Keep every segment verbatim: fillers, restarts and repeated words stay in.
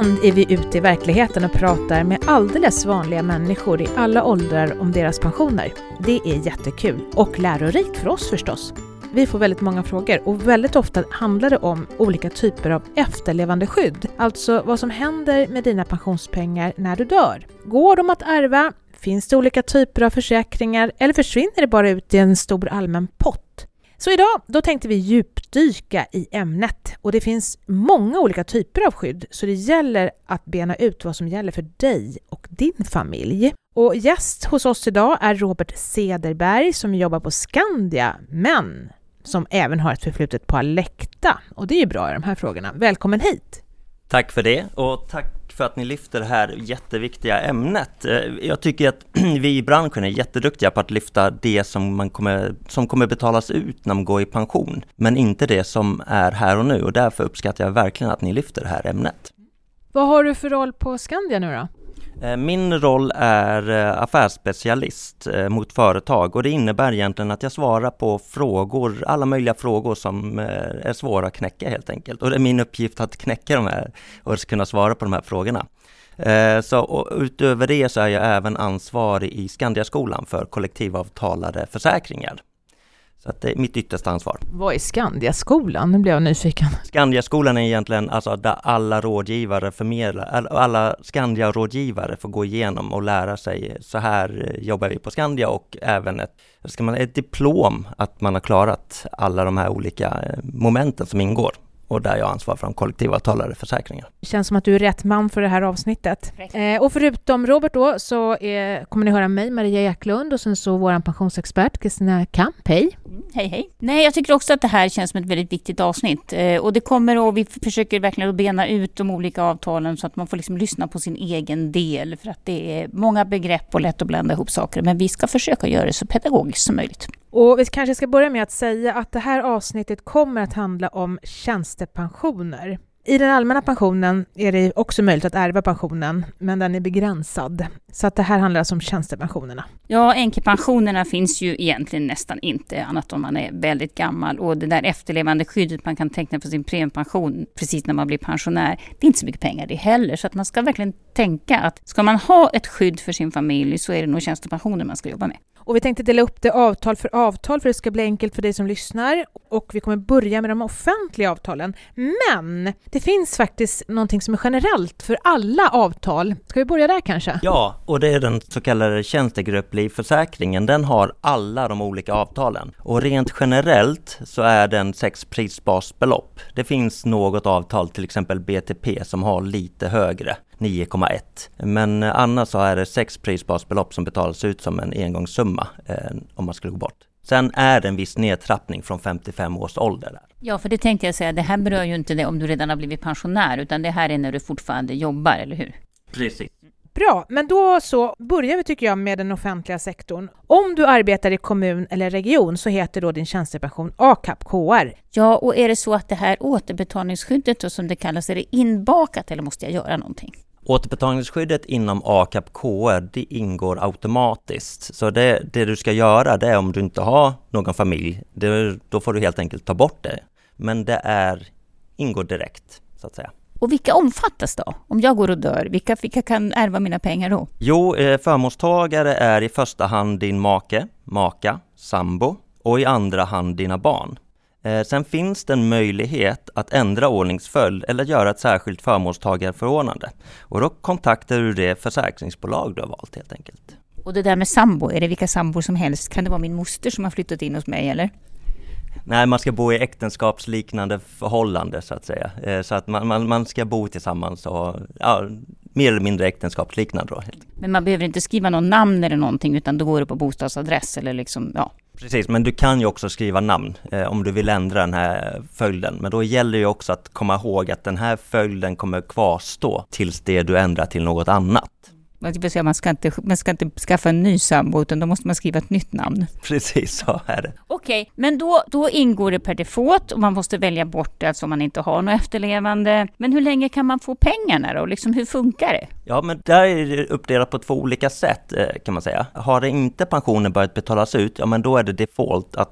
Ibland är vi ute i verkligheten och pratar med alldeles vanliga människor i alla åldrar om deras pensioner. Det är jättekul och lärorikt för oss förstås. Vi får väldigt många frågor och väldigt ofta handlar det om olika typer av efterlevandeskydd. Alltså vad som händer med dina pensionspengar när du dör. Går de att ärva? Finns det olika typer av försäkringar? Eller försvinner det bara ut i en stor allmän pott? Så idag då tänkte vi djupdyka i ämnet. Och det finns många olika typer av skydd. Så det gäller att bena ut vad som gäller för dig och din familj. Och gäst hos oss idag är Robert Cederberg som jobbar på Skandia. Men som även har ett förflutet på Alecta. Och det är ju bra i de här frågorna. Välkommen hit! Tack för det och tack för att ni lyfter det här jätteviktiga ämnet. Jag tycker att vi i branschen är jätteduktiga på att lyfta det som, man kommer, som kommer betalas ut när man går i pension. Men inte det som är här och nu och därför uppskattar jag verkligen att ni lyfter det här ämnet. Vad har du för roll på Skandia nu då? Min roll är affärsspecialist mot företag och det innebär egentligen att jag svarar på frågor, alla möjliga frågor som är svåra att knäcka helt enkelt. Och det är min uppgift att knäcka de här och kunna svara på de här frågorna. Så och utöver det så är jag även ansvarig i Skandiaskolan för kollektivavtalade försäkringar. Så att det är mitt yttersta ansvar. Vad är Skandiaskolan? Nu blir jag nyfiken. Skandiaskolan är egentligen alltså där alla rådgivare förmedlar, alla Skandia-rådgivare får gå igenom och lära sig så här jobbar vi på Skandia och även ett, ska man, ett diplom att man har klarat alla de här olika momenten som ingår. Och där jag ansvarar för de kollektivavtalade försäkringar. Det känns som att du är rätt man för det här avsnittet. Eh, och förutom Robert då så är, kommer ni höra mig, Maria Eklund, och sen så vår pensionsexpert Kristina Kamp. Hej! Mm, hej, hej. Nej, jag tycker också att det här känns som ett väldigt viktigt avsnitt. Eh, och det kommer och vi försöker verkligen att bena ut de olika avtalen så att man får liksom lyssna på sin egen del. För att det är många begrepp och lätt att blanda ihop saker. Men vi ska försöka göra det så pedagogiskt som möjligt. Och vi kanske ska börja med att säga att det här avsnittet kommer att handla om tjänstepensioner. I den allmänna pensionen är det också möjligt att ärva pensionen, men den är begränsad. Så att det här handlar alltså om tjänstepensionerna. Ja, änkepensionerna finns ju egentligen nästan inte, annat om man är väldigt gammal. Och det där efterlevande skyddet man kan teckna för sin premiepension precis när man blir pensionär, det är inte så mycket pengar det heller. Så att man ska verkligen tänka att ska man ha ett skydd för sin familj så är det nog tjänstepensioner man ska jobba med. Och vi tänkte dela upp det avtal för avtal för det ska bli enkelt för dig som lyssnar. Och vi kommer börja med de offentliga avtalen. Men det finns faktiskt någonting som är generellt för alla avtal. Ska vi börja där kanske? Ja, och det är den så kallade tjänstegrupplivförsäkringen. Den har alla de olika avtalen. Och rent generellt så är den sex prisbasbelopp. Det finns något avtal, till exempel B T P, som har lite högre. nio komma ett. Men annars så är det sex prisbasbelopp som betalas ut som en engångssumma eh, om man skulle gå bort. Sen är det en viss nedtrappning från femtiofem års ålder där. Ja, för det tänkte jag säga. Det här berör ju inte det om du redan har blivit pensionär utan det här är när du fortfarande jobbar, eller hur? Precis. Bra, men då så börjar vi tycker jag med den offentliga sektorn. Om du arbetar i kommun eller region så heter då din tjänstepension A K A P K R. Ja, och är det så att det här återbetalningsskyddet då, som det kallas, är det inbakat eller måste jag göra någonting? Återbetalningsskyddet inom A K A P K R det ingår automatiskt. Så det, det du ska göra det är om du inte har någon familj, det, då får du helt enkelt ta bort det. Men det är, ingår direkt så att säga. Och vilka omfattas då? Om jag går och dör, vilka, vilka kan ärva mina pengar då? Jo, eh, förmånstagare är i första hand din make, maka, sambo och i andra hand dina barn. Eh, sen finns det en möjlighet att ändra ordningsföljd eller göra ett särskilt förmånstagarförordnande. Och då kontaktar du det försäkringsbolag du har valt helt enkelt. Och det där med sambo, är det vilka sambor som helst? Kan det vara min moster som har flyttat in hos mig eller? Nej, man ska bo i äktenskapsliknande förhållande så att säga. Eh, så att man, man, man ska bo tillsammans och ja, mer eller mindre äktenskapsliknande då. Men man behöver inte skriva någon namn eller någonting utan då går det på bostadsadress eller liksom, ja. Precis, men du kan ju också skriva namn eh, om du vill ändra den här följden. Men då gäller ju också att komma ihåg att den här följden kommer kvarstå tills det du ändrar till något annat. Man ska, inte, man ska inte skaffa en ny sambo utan då måste man skriva ett nytt namn. Precis, så är det. Okej, men då, då ingår det per default och man måste välja bort det alltså om man inte har något efterlevande. Men hur länge kan man få pengarna då? Liksom, hur funkar det? Ja, men där är det uppdelat på två olika sätt kan man säga. Har det inte pensionen börjat betalas ut, ja men då är det default att man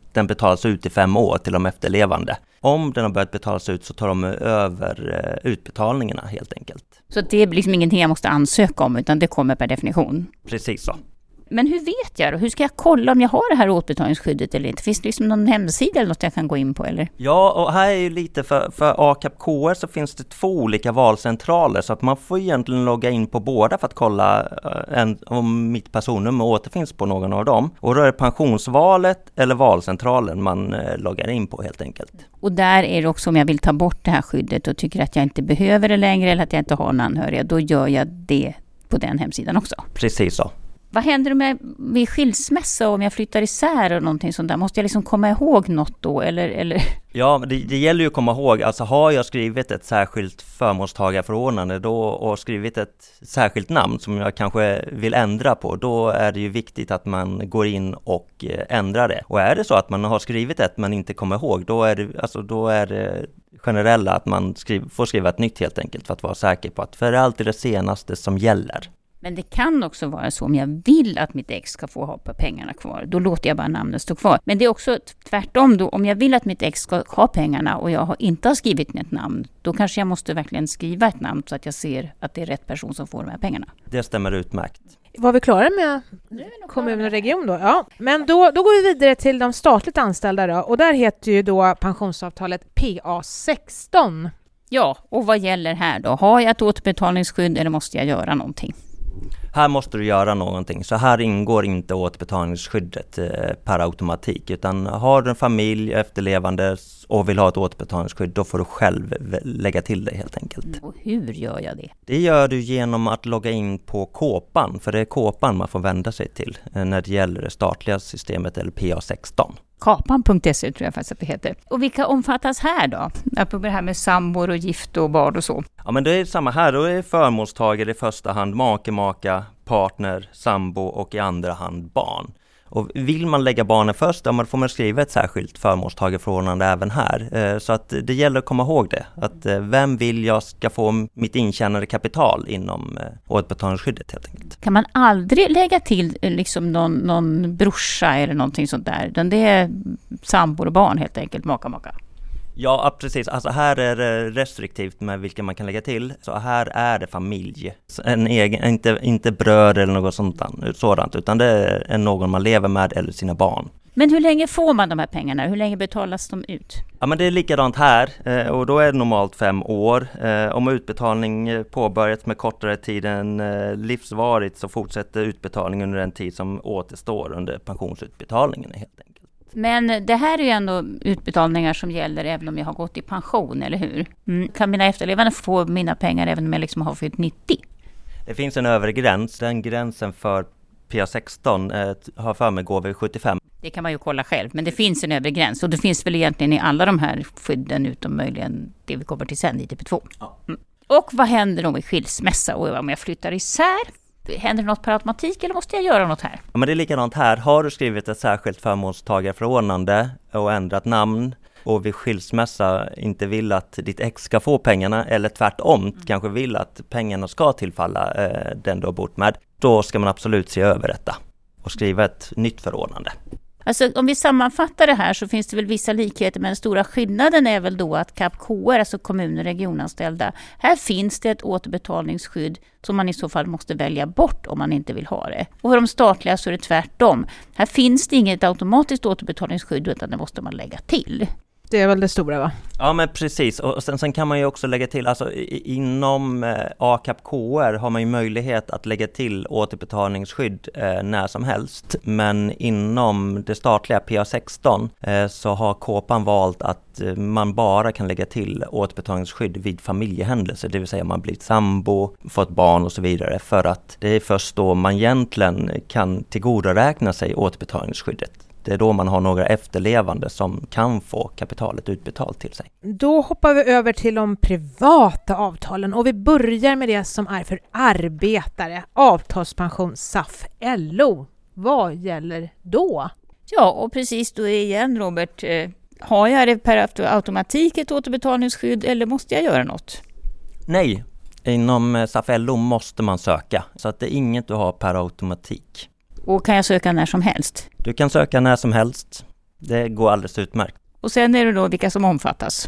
den betalas ut i fem år till de efterlevande. Om den har börjat betalas ut så tar de över utbetalningarna helt enkelt. Så det är liksom ingenting jag måste ansöka om, utan det kommer per definition? Precis så. Men hur vet jag då? Hur ska jag kolla om jag har det här återbetalningsskyddet eller inte? Finns det liksom någon hemsida eller något jag kan gå in på? Eller? Ja, och här är ju lite för, för A K A P K R så finns det två olika valcentraler, så att man får egentligen logga in på båda för att kolla en, om mitt personnummer återfinns på någon av dem. Och då är det pensionsvalet eller valcentralen man eh, loggar in på helt enkelt. Och där är det också, om jag vill ta bort det här skyddet och tycker att jag inte behöver det längre eller att jag inte har en anhörig, då gör jag det på den hemsidan också. Precis så. Vad händer med vid skilsmässa om jag flyttar isär och någonting sånt där? Måste jag liksom komma ihåg något då? Eller, eller? Ja, det, det gäller ju att komma ihåg. Alltså har jag skrivit ett särskilt förmånstagarförordnande då, och skrivit ett särskilt namn som jag kanske vill ändra på, då är det ju viktigt att man går in och ändrar det. Och är det så att man har skrivit ett men inte kommer ihåg, då är det, alltså, då är det generella att man skriv, får skriva ett nytt helt enkelt för att vara säker på att för det är alltid det senaste som gäller. Men det kan också vara så om jag vill att mitt ex ska få ha pengarna kvar. Då låter jag bara namnet stå kvar. Men det är också tvärtom då. Om jag vill att mitt ex ska ha pengarna och jag har inte har skrivit ett namn, då kanske jag måste verkligen skriva ett namn så att jag ser att det är rätt person som får de här pengarna. Det stämmer utmärkt. Var vi klara med kommun och region då? Ja, men då, då går vi vidare till de statligt anställda då. Och där heter ju då pensionsavtalet P A sexton. Ja, och vad gäller här då? Har jag ett återbetalningsskydd eller måste jag göra någonting? Här måste du göra någonting. Så här ingår inte återbetalningsskyddet eh, per automatik. Utan har du en familj, efterlevande och vill ha ett återbetalningsskydd, då får du själv lägga till det helt enkelt. Och hur gör jag det? Det gör du genom att logga in på Kåpan. För det är Kåpan man får vända sig till eh, när det gäller det statliga systemet eller P A sexton. Kapan punkt se tror jag faktiskt att det heter. Och vilka omfattas här då? På det här med sambor och gift och barn och så. Ja, men det är samma här. Då är förmånstagare i första hand make, maka, partner, sambo och i andra hand barn. Och vill man lägga barnen först, då får man skriva ett särskilt förmånstagarförordnande även här. Så att det gäller att komma ihåg det. Att vem vill jag ska få mitt intjänade kapital inom återbetalningsskyddet helt enkelt. Kan man aldrig lägga till liksom någon, någon brorsa eller någonting sånt där? Den det är sambor och barn helt enkelt, maka, maka. Ja, precis. Alltså här är det restriktivt med vilka man kan lägga till. Så här är det familj. En egen, inte, inte bröd eller något sånt, sådant, utan det är någon man lever med eller sina barn. Men hur länge får man de här pengarna? Hur länge betalas de ut? Ja, men det är likadant här och då är det normalt fem år. Om utbetalning påbörjats med kortare tid än livsvarigt så fortsätter utbetalningen under den tid som återstår under pensionsutbetalningen helt enkelt. Men det här är ju ändå utbetalningar som gäller även om jag har gått i pension, eller hur? Mm. Kan mina efterlevande få mina pengar även om jag liksom har fyllt nittio? Det finns en övre gräns. Den gränsen för P A sexton eh, har för mig går vid sjuttiofem. Det kan man ju kolla själv, men det finns en övre gräns. Och det finns väl egentligen i alla de här skydden utom möjligen det vi kommer till sen i typ två. Ja. Mm. Och vad händer då med skilsmässa och om jag flyttar isär? Händer det något per automatik eller måste jag göra något här? Ja, men det är likadant här. Har du skrivit ett särskilt förmånstagarförordnande och ändrat namn och vid skilsmässa inte vill att ditt ex ska få pengarna eller tvärtom mm. kanske vill att pengarna ska tillfalla eh, den du har bott med, då ska man absolut se över detta och skriva ett nytt förordnande. Alltså om vi sammanfattar det här så finns det väl vissa likheter, men den stora skillnaden är väl då att K A P K R, alltså kommun- och regionanställda, här finns det ett återbetalningsskydd som man i så fall måste välja bort om man inte vill ha det. Och för de statliga så är det tvärtom. Här finns det inget automatiskt återbetalningsskydd utan det måste man lägga till. Det är väl det stora, va? Ja, men precis. Och sen, sen kan man ju också lägga till, alltså i, inom eh, A K A P K R har man ju möjlighet att lägga till återbetalningsskydd eh, när som helst. Men inom det statliga P A sexton eh, så har Kåpan valt att eh, man bara kan lägga till återbetalningsskydd vid familjehändelser. Det vill säga man blir sambo, fått barn och så vidare. För att det är först då man egentligen kan tillgodoräkna sig återbetalningsskyddet. Det är då man har några efterlevande som kan få kapitalet utbetalt till sig. Då hoppar vi över till de privata avtalen och vi börjar med det som är för arbetare. Avtalspension S A F L O. Vad gäller då? Ja, och precis då igen Robert. Har jag det per automatik ett återbetalningsskydd eller måste jag göra något? Nej, inom S A F L O måste man söka. Så att det är inget du har per automatik. Och kan jag söka när som helst? Du kan söka när som helst. Det går alldeles utmärkt. Och sen är det då vilka som omfattas?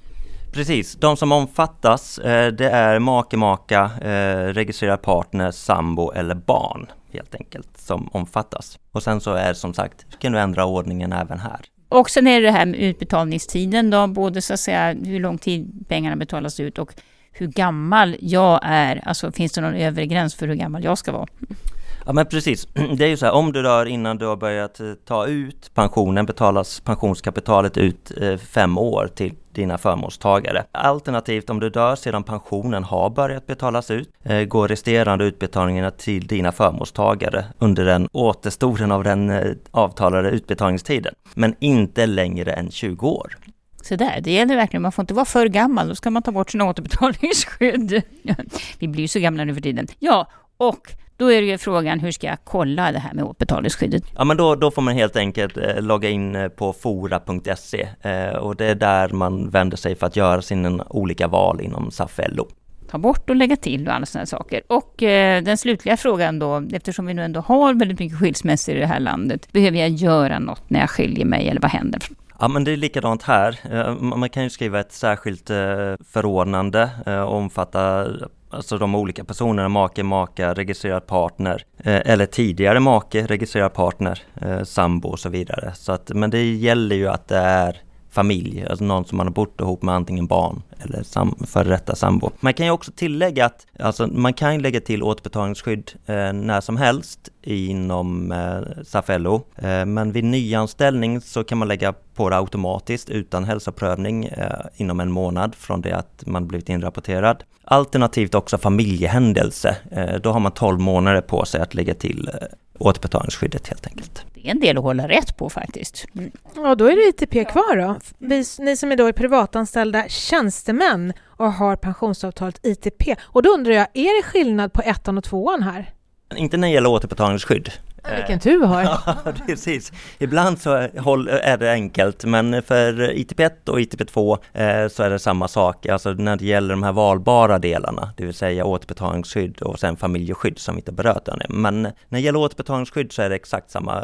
Precis, de som omfattas eh, det är make, maka, eh, registrerad partner, sambo eller barn helt enkelt som omfattas. Och sen så är det som sagt, kan du ändra ordningen även här. Och sen är det här med utbetalningstiden då, både så att säga hur lång tid pengarna betalas ut och hur gammal jag är. Alltså finns det någon övre gräns för hur gammal jag ska vara? Ja men precis, det är ju så här, om du dör innan du har börjat ta ut pensionen betalas pensionskapitalet ut eh, fem år till dina förmånstagare. Alternativt om du dör sedan pensionen har börjat betalas ut eh, går resterande utbetalningarna till dina förmånstagare under den återstoden av den eh, avtalade utbetalningstiden. Men inte längre än tjugo år. Så där, det gäller verkligen, man får inte vara för gammal, då ska man ta bort sin återbetalningsskydd. Vi blir ju så gamla nu för tiden. Ja, och då är det ju frågan, hur ska jag kolla det här med återbetalningsskyddet? Ja men då, då får man helt enkelt eh, logga in på fora punkt se eh, och det är där man vänder sig för att göra sina olika val inom S A F L O. Ta bort och lägga till och alla sådana saker. Och eh, den slutliga frågan då, eftersom vi nu ändå har väldigt mycket skilsmässor i det här landet, behöver jag göra något när jag skiljer mig eller vad händer? Ja men det är likadant här. Man kan ju skriva ett särskilt förordnande och omfatta alltså de olika personerna, make, maka, registrerad partner eller tidigare make, registrerad partner, sambo och så vidare. Så att, men det gäller ju att det är familj, alltså någon som man har bott ihop med antingen barn eller sam- före detta sambo. Man kan ju också tillägga att alltså, man kan lägga till återbetalningsskydd eh, när som helst inom eh, S A F L O. Eh, men vid nyanställning så kan man lägga på det automatiskt utan hälsoprövning eh, inom en månad från det att man blivit inrapporterad. Alternativt också familjehändelse. Eh, då har man tolv månader på sig att lägga till eh, återbetalningsskyddet helt enkelt. Det är en del att hålla rätt på faktiskt. Mm. Ja, då är det I T P kvar då. Vi, ni som är då är privatanställda tjänstemän och har pensionsavtalet I T P. Och då undrar jag, är det skillnad på ettan och tvåan här? Inte när det gäller återbetalningsskydd. Vilken tur vi har. Ja, precis. Ibland så är det enkelt, men för I T P ett och I T P två så är det samma sak. Alltså när det gäller de här valbara delarna, det vill säga återbetalningsskydd och sen familjeskydd som vi inte berört än. Men när det gäller återbetalningsskydd så är det exakt samma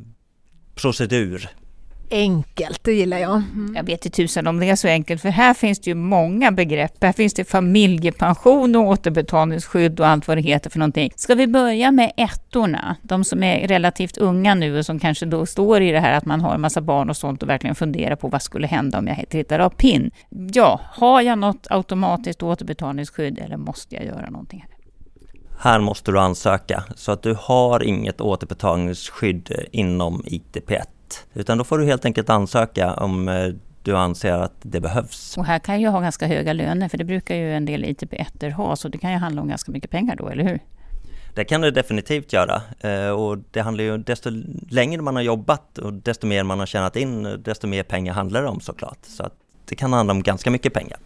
procedur. Enkelt, det gillar jag. Mm. Jag vet inte tusan om det är så enkelt, för här finns det ju många begrepp. Här finns det familjepension och återbetalningsskydd och allt vad det heter för någonting. Ska vi börja med ettorna? De som är relativt unga nu och som kanske då står i det här att man har en massa barn och sånt och verkligen funderar på vad skulle hända om jag tittar av P I N. Ja, har jag något automatiskt återbetalningsskydd eller måste jag göra någonting här? Här måste du ansöka så att du har inget återbetalningsskydd inom I T P ett. Utan då får du helt enkelt ansöka om du anser att det behövs. Och här kan jag ha ganska höga löner, för det brukar ju en del I T P ett ha, så det kan ju handla om ganska mycket pengar då, eller hur? Det kan du definitivt göra, och det handlar ju desto längre man har jobbat och desto mer man har tjänat in, desto mer pengar handlar det om såklart. Så att det kan handla om ganska mycket pengar.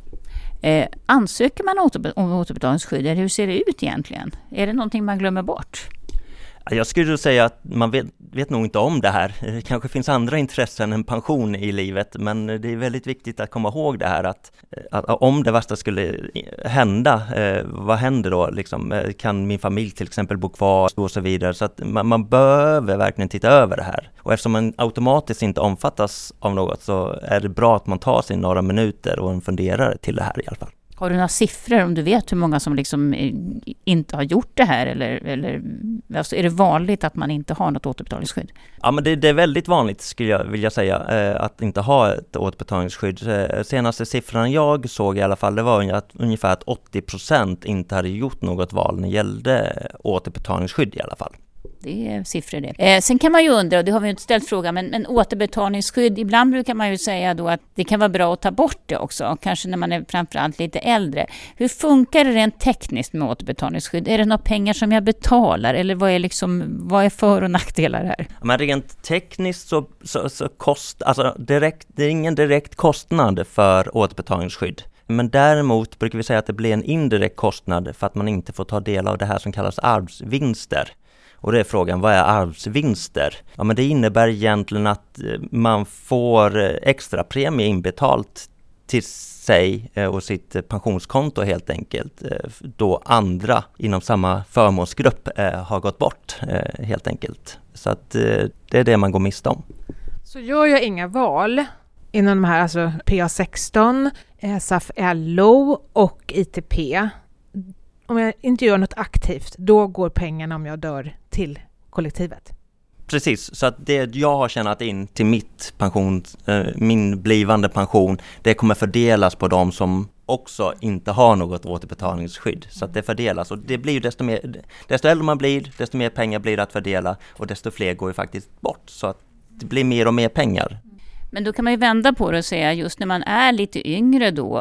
Eh, ansöker man återbe- om återbetalningsskydd, eller hur ser det ut egentligen? Är det någonting man glömmer bort? Jag skulle säga att man vet, vet nog inte om det här. Det kanske finns andra intressen än pension i livet, men det är väldigt viktigt att komma ihåg det här att, att om det värsta skulle hända, eh, vad händer då? Liksom, kan min familj till exempel bo kvar och så vidare? Så att man, man behöver verkligen titta över det här. Och eftersom man automatiskt inte omfattas av något så är det bra att man tar sig några minuter och en funderare till det här i alla fall. Har du några siffror om du vet hur många som liksom inte har gjort det här? Eller, eller alltså är det vanligt att man inte har något återbetalningsskydd? Ja, men det, det är väldigt vanligt skulle jag vilja säga att inte ha ett återbetalningsskydd. Senaste siffran jag såg i alla fall, det var att ungefär att åttio procent inte hade gjort något val när det gällde återbetalningsskydd i alla fall. Det är siffror det. Eh, sen kan man ju undra, och det har vi inte ställt frågan, men, men återbetalningsskydd, ibland brukar man ju säga då att det kan vara bra att ta bort det också, kanske när man är framförallt lite äldre. Hur funkar det rent tekniskt med återbetalningsskydd? Är det några pengar som jag betalar, eller vad är, liksom, vad är för- och nackdelar här? Men rent tekniskt så, så, så kost, alltså direkt, det är ingen direkt kostnad för återbetalningsskydd. Men däremot brukar vi säga att det blir en indirekt kostnad för att man inte får ta del av det här som kallas arvsvinster. Och det är frågan, vad är arvsvinster? Ja, men det innebär egentligen att man får extra premie inbetalt till sig och sitt pensionskonto helt enkelt, då andra inom samma förmånsgrupp har gått bort helt enkelt. Så att det är det man går miste om. Så gör jag inga val inom de här, alltså P A sexton, S A F L O och I T P. Om jag inte gör något aktivt, då går pengarna om jag dör till kollektivet. Precis, så att det jag har tjänat in till mitt pension, eh, min blivande pension, det kommer fördelas på de som också inte har något återbetalningsskydd. Så att det fördelas, och det blir ju desto mer, desto äldre man blir, desto mer pengar blir det att fördela, och desto fler går ju faktiskt bort. Så att det blir mer och mer pengar. Men då kan man ju vända på det och säga, just när man är lite yngre då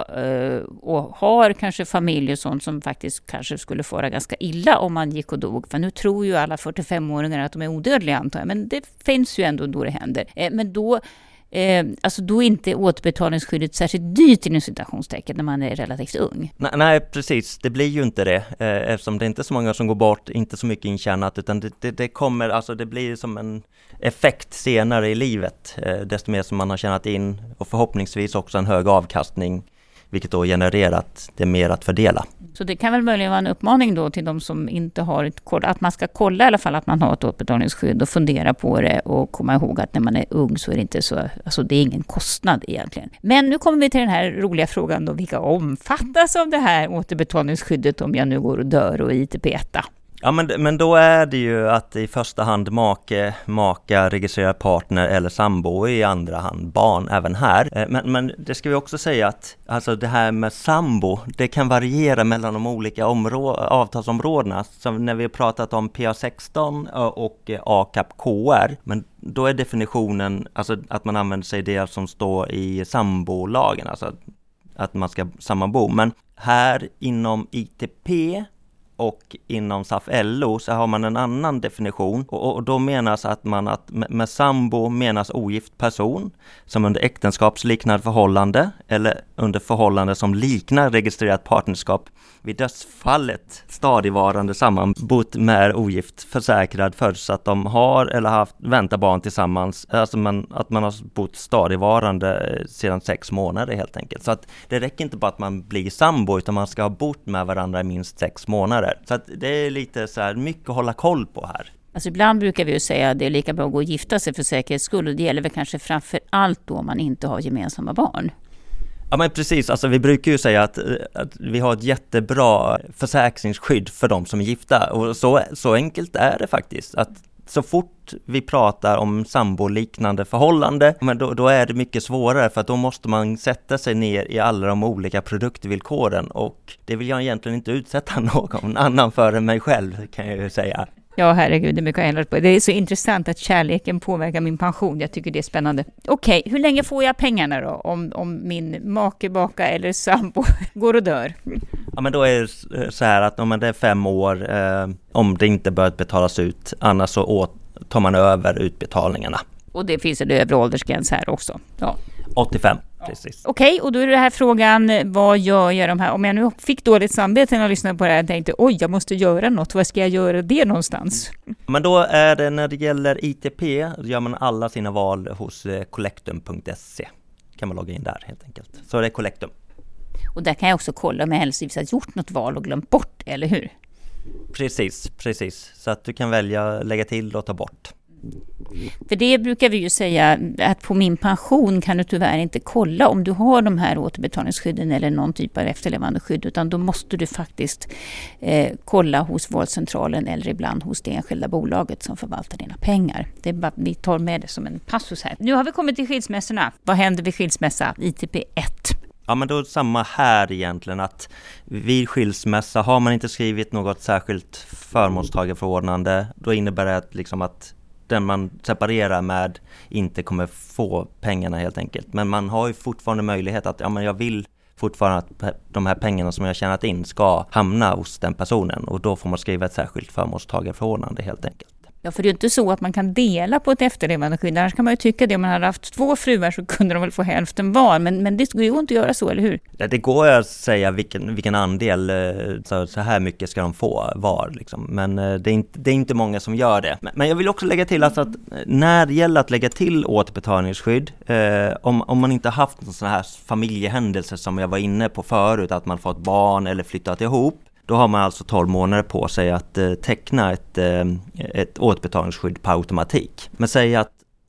och har kanske familj och sånt som faktiskt kanske skulle fara ganska illa om man gick och dog. För nu tror ju alla fyrtiofem-åringar att de är odödliga, antar jag. Men det finns ju ändå då det händer. Men då, alltså då är inte återbetalningsskyddet särskilt dyrt inom citationstecken när man är relativt ung. Nej, nej, precis. Det blir ju inte det. Eftersom det inte är så många som går bort, inte så mycket intjänat, utan det, det, det kommer, alltså det blir som en effekt senare i livet, desto mer som man har tjänat in, och förhoppningsvis också en hög avkastning, vilket då genererat det mer att fördela. Så det kan väl möjligen vara en uppmaning då till de som inte har ett koll, att man ska kolla i alla fall att man har ett återbetalningsskydd och fundera på det och komma ihåg att när man är ung så är det inte så, alltså det är ingen kostnad egentligen. Men nu kommer vi till den här roliga frågan då, vilka omfattas av det här återbetalningsskyddet om jag nu går och dör och I T P ett? Ja, men, men då är det ju att i första hand make, maka, registrerad partner eller sambo, i andra hand barn även här. Men, men det ska vi också säga att alltså det här med sambo, det kan variera mellan de olika områ- avtalsområdena. Som när vi har pratat om P A sexton och A C A P K R, men då är definitionen alltså att man använder sig det som står i sambolagen, alltså att man ska sammanbo. Men här inom I T P och inom S A F L O så har man en annan definition, och, och då menas att man att med, med sambo menas ogift person som under äktenskapsliknande förhållande eller under förhållande som liknar registrerat partnerskap vid dödsfallet stadigvarande sammanbott med ogift försäkrad förutsatt att de har eller haft vänta barn tillsammans, alltså man, att man har bott stadigvarande sedan sex månader helt enkelt. Så att det räcker inte bara att man blir sambo, utan man ska ha bott med varandra i minst sex månader. Så att det är lite så här mycket att hålla koll på här. Alltså ibland brukar vi ju säga att det är lika bra att gå och gifta sig för säkerhets skull, och det gäller väl kanske framför allt då om man inte har gemensamma barn. Ja, men precis, alltså vi brukar ju säga att, att vi har ett jättebra försäkringsskydd för de som är gifta, och så, så enkelt är det faktiskt, att så fort vi pratar om samboliknande förhållande, men då, då är det mycket svårare, för att då måste man sätta sig ner i alla de olika produktvillkoren, och det vill jag egentligen inte utsätta någon annan för än mig själv, kan jag ju säga. Ja, herregud, det är mycket ändrat på. Det är så intressant att kärleken påverkar min pension. Jag tycker det är spännande. Okej, hur länge får jag pengarna då? Om, om min make, baka eller sambo går och dör? Ja, men då är det så här att om det är fem år, eh, om det inte börjat betalas ut, annars så åt, tar man över utbetalningarna. Och det finns en övre åldersgräns här också. Ja. åttiofem, precis. Okej, okay, och då är det här frågan, vad gör jag de här? Om jag nu fick dåligt samvete när jag lyssnade på det här och tänkte, oj, jag måste göra något. Var ska jag göra det någonstans? Men då är det, när det gäller I T P, gör man alla sina val hos collectum punkt se. Kan man logga in där helt enkelt. Så är det Collectum. Och där kan jag också kolla om jag helst har gjort något val och glömt bort, eller hur? Precis, precis. Så att du kan välja lägga till och ta bort. För det brukar vi ju säga att på min pension kan du tyvärr inte kolla om du har de här återbetalningsskydden eller någon typ av efterlevande skydd, utan då måste du faktiskt eh, kolla hos vårdcentralen eller ibland hos det enskilda bolaget som förvaltar dina pengar. Det är bara, vi tar med det som en passus här. Nu har vi kommit till skilsmässorna. Vad händer vid skilsmässa? I T P ett. Ja, men då är det samma här egentligen, att vid skilsmässa har man inte skrivit något särskilt förmånstagarförordnande, då innebär det att, liksom att den man separerar med inte kommer få pengarna helt enkelt. Men man har ju fortfarande möjlighet att, ja men jag vill fortfarande att de här pengarna som jag har tjänat in ska hamna hos den personen, och då får man skriva ett särskilt förmånstagarförordnande helt enkelt. Ja, för det är ju inte så att man kan dela på ett efterlevande skydd. Annars kan man ju tycka det, om man hade haft två fruar så kunde de väl få hälften var. Men, men det går ju inte att göra så, eller hur? Det går att säga vilken, vilken andel, så, så här mycket ska de få var. Liksom. Men det är, inte, det är inte många som gör det. Men, men jag vill också lägga till alltså att när det gäller att lägga till återbetalningsskydd, eh, om, om man inte haft en sån här familjehändelse som jag var inne på förut, att man fått barn eller flyttat ihop, då har man alltså tolv månader på sig att eh, teckna ett, eh, ett återbetalningsskydd på automatik. Men säg att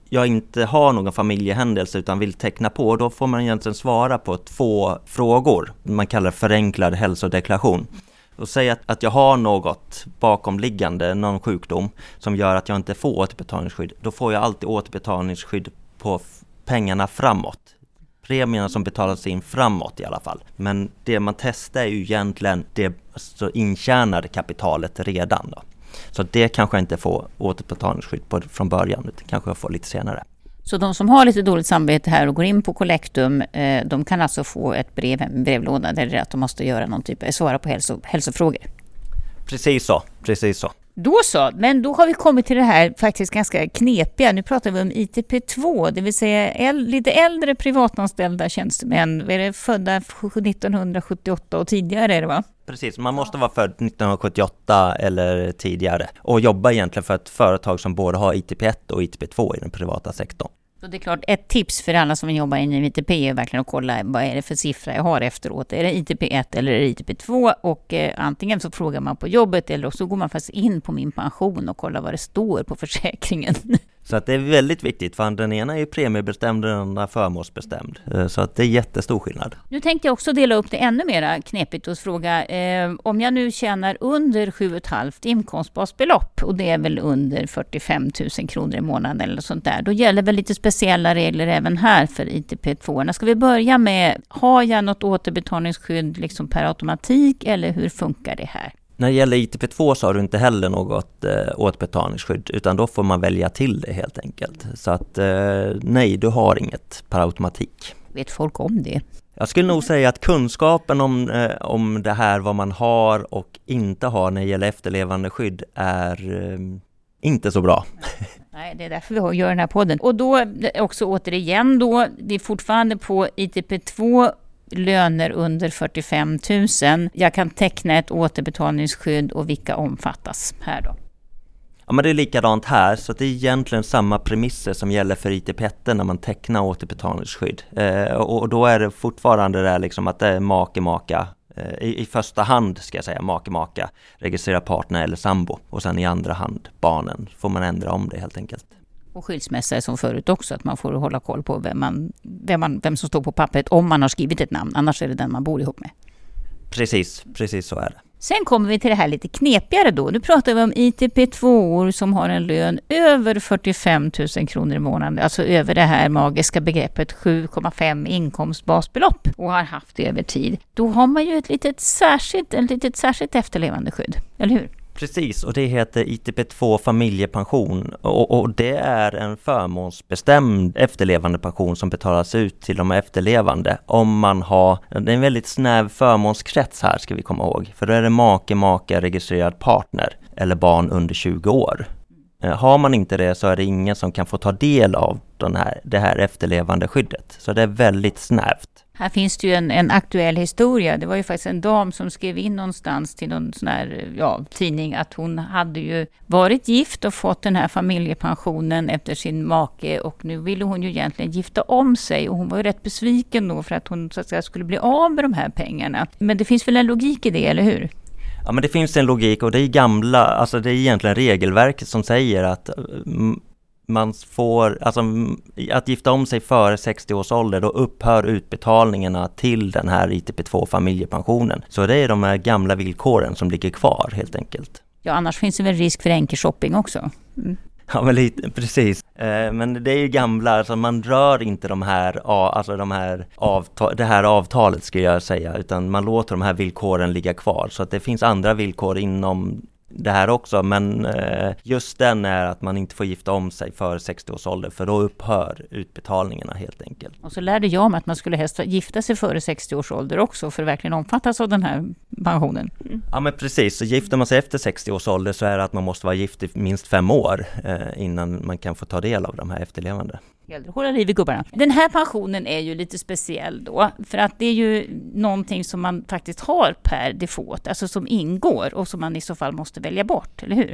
jag inte har någon familjehändelse utan vill teckna på, då får man egentligen svara på två frågor. Man kallar det förenklad hälsodeklaration. Och säga att, att jag har något bakomliggande, någon sjukdom som gör att jag inte får återbetalningsskydd. Då får jag alltid återbetalningsskydd på f- pengarna framåt. Premierna som betalas in framåt i alla fall. Men det man testar är ju egentligen det så intjänade kapitalet redan då. Så det kanske inte får återbetalningsskydd på, från början, utan kanske jag får lite senare. Så de som har lite dåligt samvete här och går in på Collectum, eh, de kan alltså få ett brev, en brevlåda där det är att de måste göra någon typ av svara på hälso, hälsofrågor. Precis så, precis så. Då så, men då har vi kommit till det här faktiskt ganska knepiga. Nu pratar vi om I T P två, det vill säga äl- lite äldre privatanställda tjänstemän. Är det födda nittonhundrasjuttioåtta och tidigare är det va? Precis, man måste vara född nittonhundrasjuttioåtta eller tidigare och jobba egentligen för ett företag som både har I T P ett och I T P två i den privata sektorn. Så det är klart, ett tips för alla som jobbar inom I T P är verkligen att kolla vad är det för siffra jag har efteråt. Är det I T P ett eller är det I T P två? Och eh, antingen så frågar man på jobbet eller så går man faktiskt in på min pension och kollar vad det står på försäkringen. Så att det är väldigt viktigt, för den ena är ju premiebestämd och den andra förmånsbestämd. Så att det är jättestor skillnad. Nu tänkte jag också dela upp det ännu mer knepigt och fråga eh, om jag nu tjänar under sju komma fem inkomstbasbelopp och det är väl under fyrtiofem tusen kronor i månaden eller sånt där. Då gäller väl lite speciella regler även här för I T P två. Ska vi börja med, har jag något återbetalningsskydd liksom per automatik eller hur funkar det här? När det gäller I T P två så har du inte heller något eh, återbetalningsskydd, utan då får man välja till det helt enkelt. Så att eh, nej, du har inget per automatik. Vet folk om det? Jag skulle nog säga att kunskapen om, eh, om det här, vad man har och inte har när det gäller efterlevande skydd är eh, inte så bra. Nej, det är därför vi gör den här podden. Och då också återigen då, det är fortfarande på I T P två löner under fyrtiofem tusen. Jag kan teckna ett återbetalningsskydd och vilka omfattas här då? Ja, men det är likadant här, så det är egentligen samma premisser som gäller för I T P ett när man tecknar återbetalningsskydd. Eh, och då är det fortfarande där liksom att det är make-maka. Eh, i, I första hand ska jag säga make-maka, registrera partner eller sambo. Och sen i andra hand barnen, får man ändra om det helt enkelt. Och skilsmässa är som förut också, att man får hålla koll på vem, man, vem, man, vem som står på pappret om man har skrivit ett namn, annars är det den man bor ihop med. Precis, precis så är det. Sen kommer vi till det här lite knepigare då. Nu pratar vi om I T P två som har en lön över fyrtiofem tusen kronor i månaden, alltså över det här magiska begreppet sju komma fem inkomstbasbelopp och har haft det över tid. Då har man ju ett litet särskilt, ett litet särskilt efterlevande skydd, eller hur? Precis, och det heter I T P två familjepension och, och det är en förmånsbestämd efterlevande pension som betalas ut till de efterlevande om man har, det är en väldigt snäv förmånskrets här ska vi komma ihåg, för då är det make, maka, registrerad partner eller barn under tjugo år. Har man inte det så är det ingen som kan få ta del av den här, det här efterlevande skyddet, så det är väldigt snävt. Här finns det ju en, en aktuell historia. Det var ju faktiskt en dam som skrev in någonstans till någon sån här, ja, tidning att hon hade ju varit gift och fått den här familjepensionen efter sin make och nu ville hon ju egentligen gifta om sig och hon var ju rätt besviken då för att hon så att säga skulle bli av med de här pengarna. Men det finns väl en logik i det, eller hur? Ja, men det finns en logik och det är gamla, alltså det är egentligen regelverket som säger att mm, man får, alltså att gifta om sig före sextio års ålder, då upphör utbetalningarna till den här I T P två familjepensionen. Så det är de här gamla villkoren som ligger kvar helt enkelt. Ja, annars finns det väl risk för enkelshopping också. Mm. Ja, men lite, precis. Eh, men det är ju gamla, alltså man rör inte de här, alltså de här avtal, det här avtalet ska jag säga, utan man låter de här villkoren ligga kvar. Så att det finns andra villkor inom det här också, men eh, just den är att man inte får gifta om sig för sextio års ålder, för då upphör utbetalningarna helt enkelt. Och så lärde jag mig att man skulle helst gifta sig före sextio års ålder också för att verkligen omfattas av den här pensionen. Mm. Ja, men precis, så gifter man sig efter sextio års ålder så är det att man måste vara gift i minst fem år eh, innan man kan få ta del av de här efterlevande. Hålla liv i gubbarna. Den här pensionen är ju lite speciell då, för att det är ju någonting som man faktiskt har per default, alltså som ingår och som man i så fall måste välja bort, eller hur?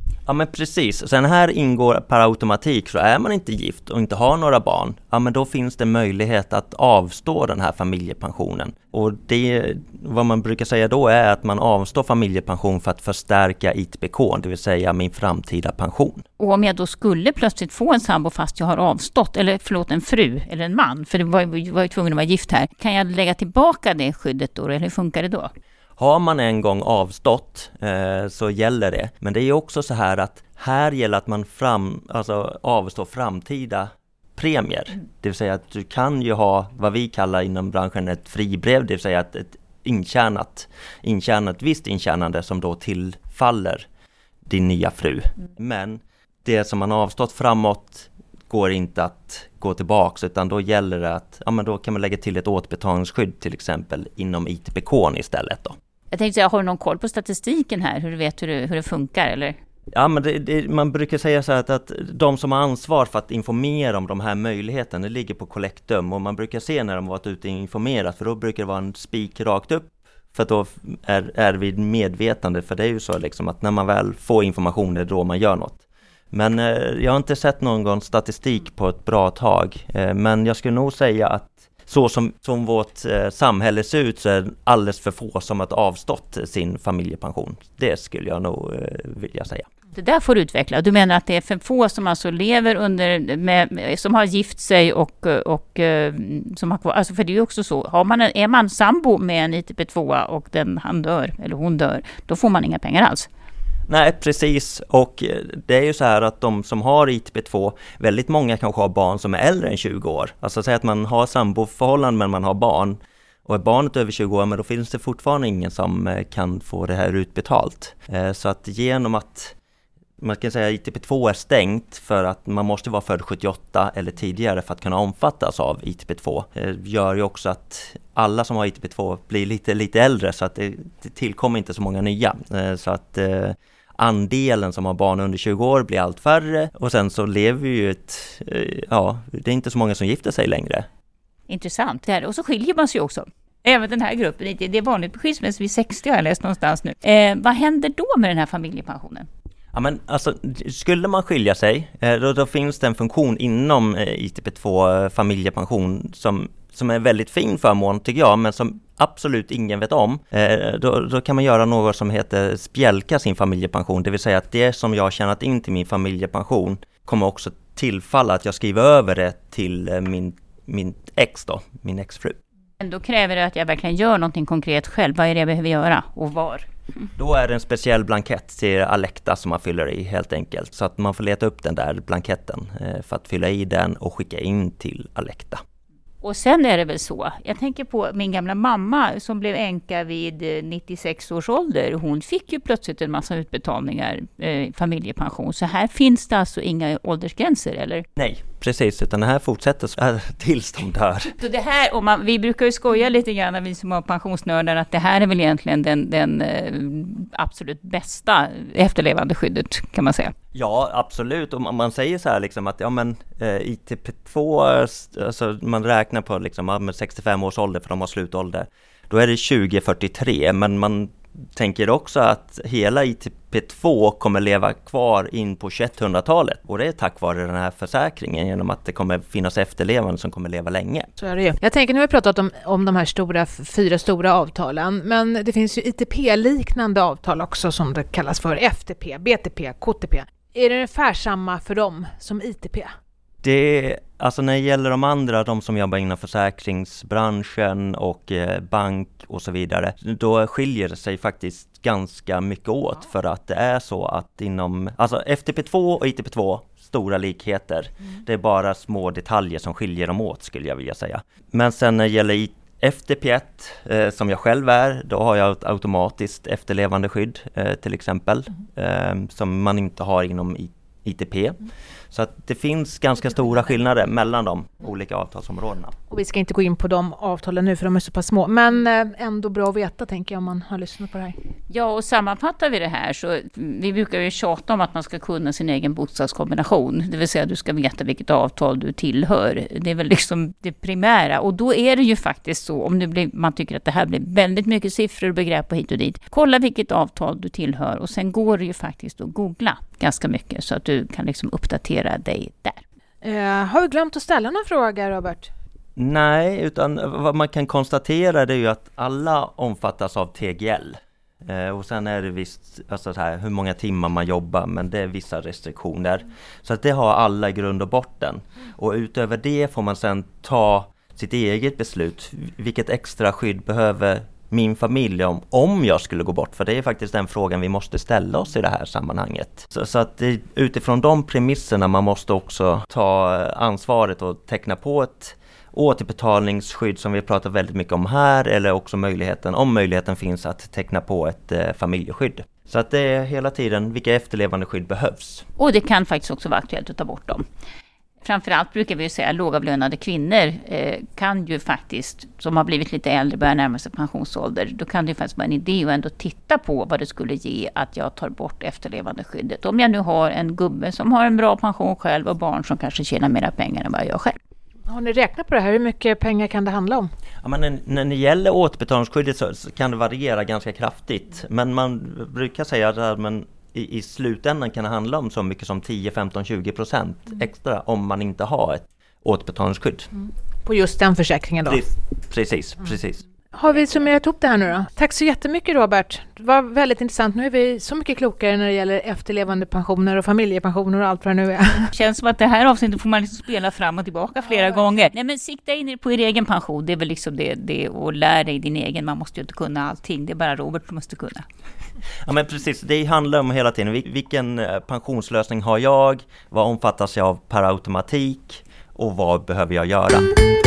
Ja men precis, sen här ingår per automatik, så är man inte gift och inte har några barn, ja men då finns det möjlighet att avstå den här familjepensionen. Och det, vad man brukar säga då är att man avstår familjepension för att förstärka I T P K, det vill säga min framtida pension. Och om jag då skulle plötsligt få en sambo fast jag har avstått, eller förlåt en fru eller en man, för det var, var ju tvungen att vara gift här, kan jag lägga tillbaka det skyddet då, eller hur funkar det då? Har man en gång avstått eh, så gäller det. Men det är också så här att här gäller att man fram, alltså avstår framtida premier. Det vill säga att du kan ju ha vad vi kallar inom branschen ett fribrev. Det vill säga att ett intjänat, intjänat visst intjänande som då tillfaller din nya fru. Men det som man avstått framåt går inte att gå tillbaks, utan då gäller det att ja, men då kan man lägga till ett återbetalningsskydd till exempel inom I T P K istället då. Jag tänkte säga, har du någon koll på statistiken här? Hur du vet hur det, hur det funkar eller? Ja, men det, det, man brukar säga så här att, att de som har ansvar för att informera om de här möjligheterna, det ligger på Collectum, och man brukar se när de har varit ute och informerat, för då brukar det vara en spik rakt upp, för då är, är vi medvetande, för det är ju så liksom att när man väl får information det är då man gör något. Men eh, jag har inte sett någon statistik på ett bra tag, eh, men jag skulle nog säga att så som, som vårt eh, samhälle ser ut så är det alldeles för få som har avstått sin familjepension. Det skulle jag nog eh, vilja säga. Det där får du utveckla. Du menar att det är för få som alltså lever under, med, som har gift sig och, och som har kvar, alltså för det är ju också så, har man en, är man sambo med en I T P två och den han dör eller hon dör, då får man inga pengar alls. Nej, precis. Och det är ju så här att de som har I T P två, väldigt många kanske har barn som är äldre än tjugo år. Alltså säg att man har samboförhållanden men man har barn. Och är barnet över tjugo år, men då finns det fortfarande ingen som kan få det här utbetalt. Så att genom att man kan säga att I T P två är stängt för att man måste vara född sjuttioåtta eller tidigare för att kunna omfattas av I T P två. Det gör ju också att alla som har I T P två blir lite, lite äldre, så att det, det tillkommer inte så många nya. Så att eh, andelen som har barn under tjugo år blir allt färre, och sen så lever vi ju ett, eh, ja, det är inte så många som gifter sig längre. Intressant. Och så skiljer man sig också. Även den här gruppen, det är vanligt på skilsmässa vid sextio, har jag läst någonstans nu. Eh, vad händer då med den här familjepensionen? Ja, men alltså, skulle man skilja sig, då, då finns det en funktion inom I T P två familjepension som, som är väldigt fin förmån tycker jag, men som absolut ingen vet om. Då, då kan man göra något som heter spjälka sin familjepension, det vill säga att det som jag har tjänat in till min familjepension kommer också tillfalla att jag skriver över det till min, min ex då, min exfru. Men då kräver det att jag verkligen gör någonting konkret själv. Vad är det jag behöver göra och var? Då är det en speciell blankett till Alecta som man fyller i helt enkelt. Så att man får leta upp den där blanketten för att fylla i den och skicka in till Alecta. Och sen är det väl så, jag tänker på min gamla mamma som blev änka vid nittiosex års ålder. Hon fick ju plötsligt en massa utbetalningar, eh, familjepension. Så här finns det alltså inga åldersgränser, eller? Nej, precis. Utan det här fortsätter så här tills de dör. Så det här, och man, vi brukar ju skoja lite grann, vi som har pensionsnördar, att det här är väl egentligen den, den eh, absolut bästa efterlevande skyddet, kan man säga. Ja, absolut. Och man säger så här liksom att ja, men, eh, I T P två, alltså man räknar på liksom, ja, med sextiofem års ålder för de har slutålder. Då är det tjugo fyrtiotre, men man tänker också att hela I T P två kommer leva kvar in på tjugohundratalet. Och det är tack vare den här försäkringen, genom att det kommer finnas efterlevande som kommer leva länge. Så är det ju. Jag tänker, nu har vi pratat om, om de här stora, fyra stora avtalen, men det finns ju I T P-liknande avtal också som det kallas för F T P, B T P, K T P. Är det ungefär samma för dem som I T P? Det, alltså när det gäller de andra, de som jobbar inom försäkringsbranschen och eh, bank och så vidare, då skiljer det sig faktiskt ganska mycket åt, för att det är så att inom, alltså F T P två och I T P två, stora likheter. Mm. Det är bara små detaljer som skiljer dem åt, skulle jag vilja säga. Men sen när det gäller F T P ett, eh, som jag själv är, då har jag ett automatiskt efterlevande skydd eh, till exempel, mm. eh, som man inte har inom I- ITP. Mm. Så att det finns ganska stora skillnader mellan de olika avtalsområdena. Och vi ska inte gå in på de avtalen nu för de är så pass små, men ändå bra att veta, tänker jag, om man har lyssnat på det här. Ja, och sammanfattar vi det här så vi brukar ju tjata om att man ska kunna sin egen bostadskombination. Det vill säga att du ska veta vilket avtal du tillhör. Det är väl liksom det primära. Och då är det ju faktiskt så, om det blir, man tycker att det här blir väldigt mycket siffror och begrepp och hit och dit. Kolla vilket avtal du tillhör och sen går det ju faktiskt att googla ganska mycket så att du kan liksom uppdatera dig där. Uh, har vi glömt att ställa någon fråga, Robert? Nej, utan vad man kan konstatera det är ju att alla omfattas av T G L. Eh, och sen är det visst alltså så här, hur många timmar man jobbar, men det är vissa restriktioner. Så att det har alla i grund och botten. Och utöver det får man sen ta sitt eget beslut. Vilket extra skydd behöver min familj om, om jag skulle gå bort? För det är faktiskt den frågan vi måste ställa oss i det här sammanhanget. Så, så att det, utifrån de premisserna man måste också ta ansvaret och teckna på ett återbetalningsskydd som vi pratar väldigt mycket om här, eller också möjligheten, om möjligheten finns att teckna på ett eh, familjeskydd. Så att det är hela tiden vilka efterlevande skydd behövs. Och det kan faktiskt också vara aktuellt att ta bort dem. Framförallt brukar vi ju säga att lågavlönade kvinnor eh, kan ju faktiskt, som har blivit lite äldre, börjar närma sig pensionsålder. Då kan det ju faktiskt vara en idé att ändå titta på vad det skulle ge att jag tar bort efterlevande skyddet. Om jag nu har en gubbe som har en bra pension själv och barn som kanske tjänar mera pengar än vad jag själv. Har ni räknat på det här? Hur mycket pengar kan det handla om? Ja, men när, när det gäller återbetalningsskyddet så, så kan det variera ganska kraftigt. Men man brukar säga att men i, i slutändan kan det handla om så mycket som tio, femton, tjugo procent extra om man inte har ett återbetalningsskydd. Mm. På just den försäkringen då? Precis, precis. Mm. precis. Har vi summerat ihop det här nu då? Tack så jättemycket, Robert. Det var väldigt intressant. Nu är vi så mycket klokare när det gäller efterlevande pensioner och familjepensioner och allt vad det nu är. Det känns som att det här avsnittet får man liksom spela fram och tillbaka flera ja, gånger. Nej, men sikta in er på er egen pension. Det är väl liksom det, det och lär dig din egen. Man måste ju inte kunna allting. Det är bara Robert som måste kunna. Ja, men precis. Det handlar om hela tiden. Vilken pensionslösning har jag? Vad omfattas jag av per automatik? Och vad behöver jag göra?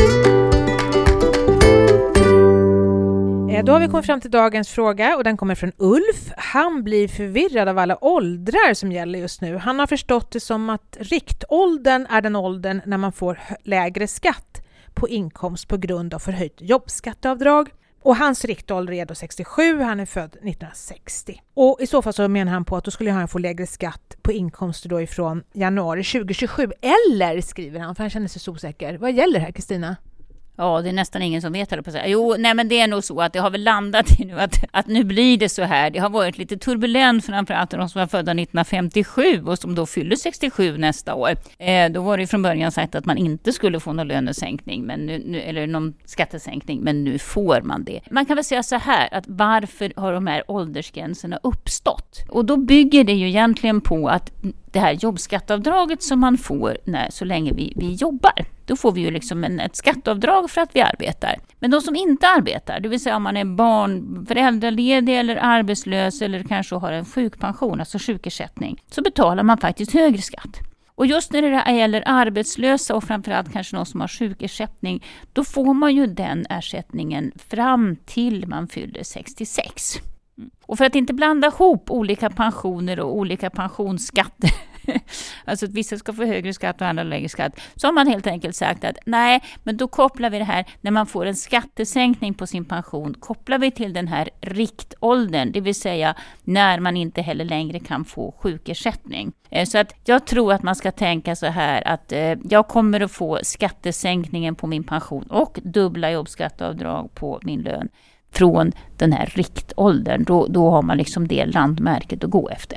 Då har vi kommit fram till dagens fråga och den kommer från Ulf. Han blir förvirrad av alla åldrar som gäller just nu. Han har förstått det som att riktåldern är den åldern när man får lägre skatt på inkomst på grund av förhöjt jobbskatteavdrag. Och hans riktålder är då sextiosju, han är född nittonhundrasextio. Och i så fall så menar han på att då skulle han få lägre skatt på inkomster då ifrån januari tjugohundratjugosju. Eller, skriver han, för han känner sig så osäker. Vad gäller här, Kristina? Ja, det är nästan ingen som vet det på sig. Jo, nej men det är nog så att det har väl landat i nu att, att nu blir det så här. Det har varit lite turbulent framförallt de som var födda nittonhundrafemtiosju och som då fyller sextiosju nästa år. Eh, då var det från början sagt att man inte skulle få någon lönesänkning men nu, nu, eller någon skattesänkning, men nu får man det. Man kan väl säga så här att varför har de här åldersgränserna uppstått? Och då bygger det ju egentligen på att det här jobbskatteavdraget som man får när, så länge vi, vi jobbar. Då får vi ju liksom en, ett skatteavdrag för att vi arbetar. Men de som inte arbetar, det vill säga om man är barn, föräldraledig eller arbetslös eller kanske har en sjukpension, alltså sjukersättning, så betalar man faktiskt högre skatt. Och just när det gäller arbetslösa och framförallt kanske någon som har sjukersättning, då får man ju den ersättningen fram till man fyller sextiosex. Och för att inte blanda ihop olika pensioner och olika pensionsskatter, alltså att vissa ska få högre skatt och andra lägre skatt, så har man helt enkelt sagt att nej, men då kopplar vi det här, när man får en skattesänkning på sin pension, kopplar vi till den här riktåldern, det vill säga när man inte heller längre kan få sjukersättning. Så att jag tror att man ska tänka så här att eh, jag kommer att få skattesänkningen på min pension och dubbla jobbskatteavdrag på min lön från den här riktåldern. Då, då har man liksom det landmärket att gå efter.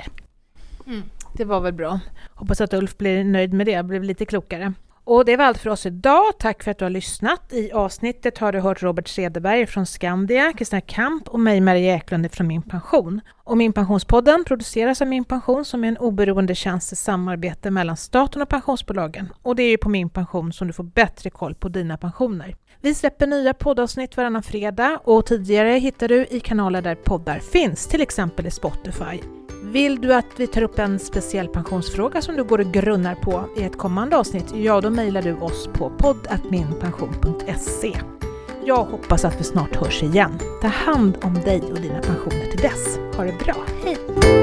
Mm, det var väl bra. Hoppas att Ulf blir nöjd med det. Jag blev lite klokare. Och det var allt för oss idag. Tack för att du har lyssnat. I avsnittet har du hört Robert Cederberg från Skandia, Kristina Kamp och mig, Maria Eklund från Min Pension. Och Min Pensionspodden produceras av Min Pension som är en oberoende tjänst i samarbete mellan staten och pensionsbolagen. Och det är ju på Min Pension som du får bättre koll på dina pensioner. Vi släpper nya poddavsnitt varannan fredag och tidigare hittar du i kanaler där poddar finns, till exempel i Spotify. Vill du att vi tar upp en speciell pensionsfråga som du går och grunnar på i ett kommande avsnitt, ja då mejlar du oss på podd at minpension punkt se. Jag hoppas att vi snart hörs igen. Ta hand om dig och dina pensioner till dess. Ha det bra. Hej!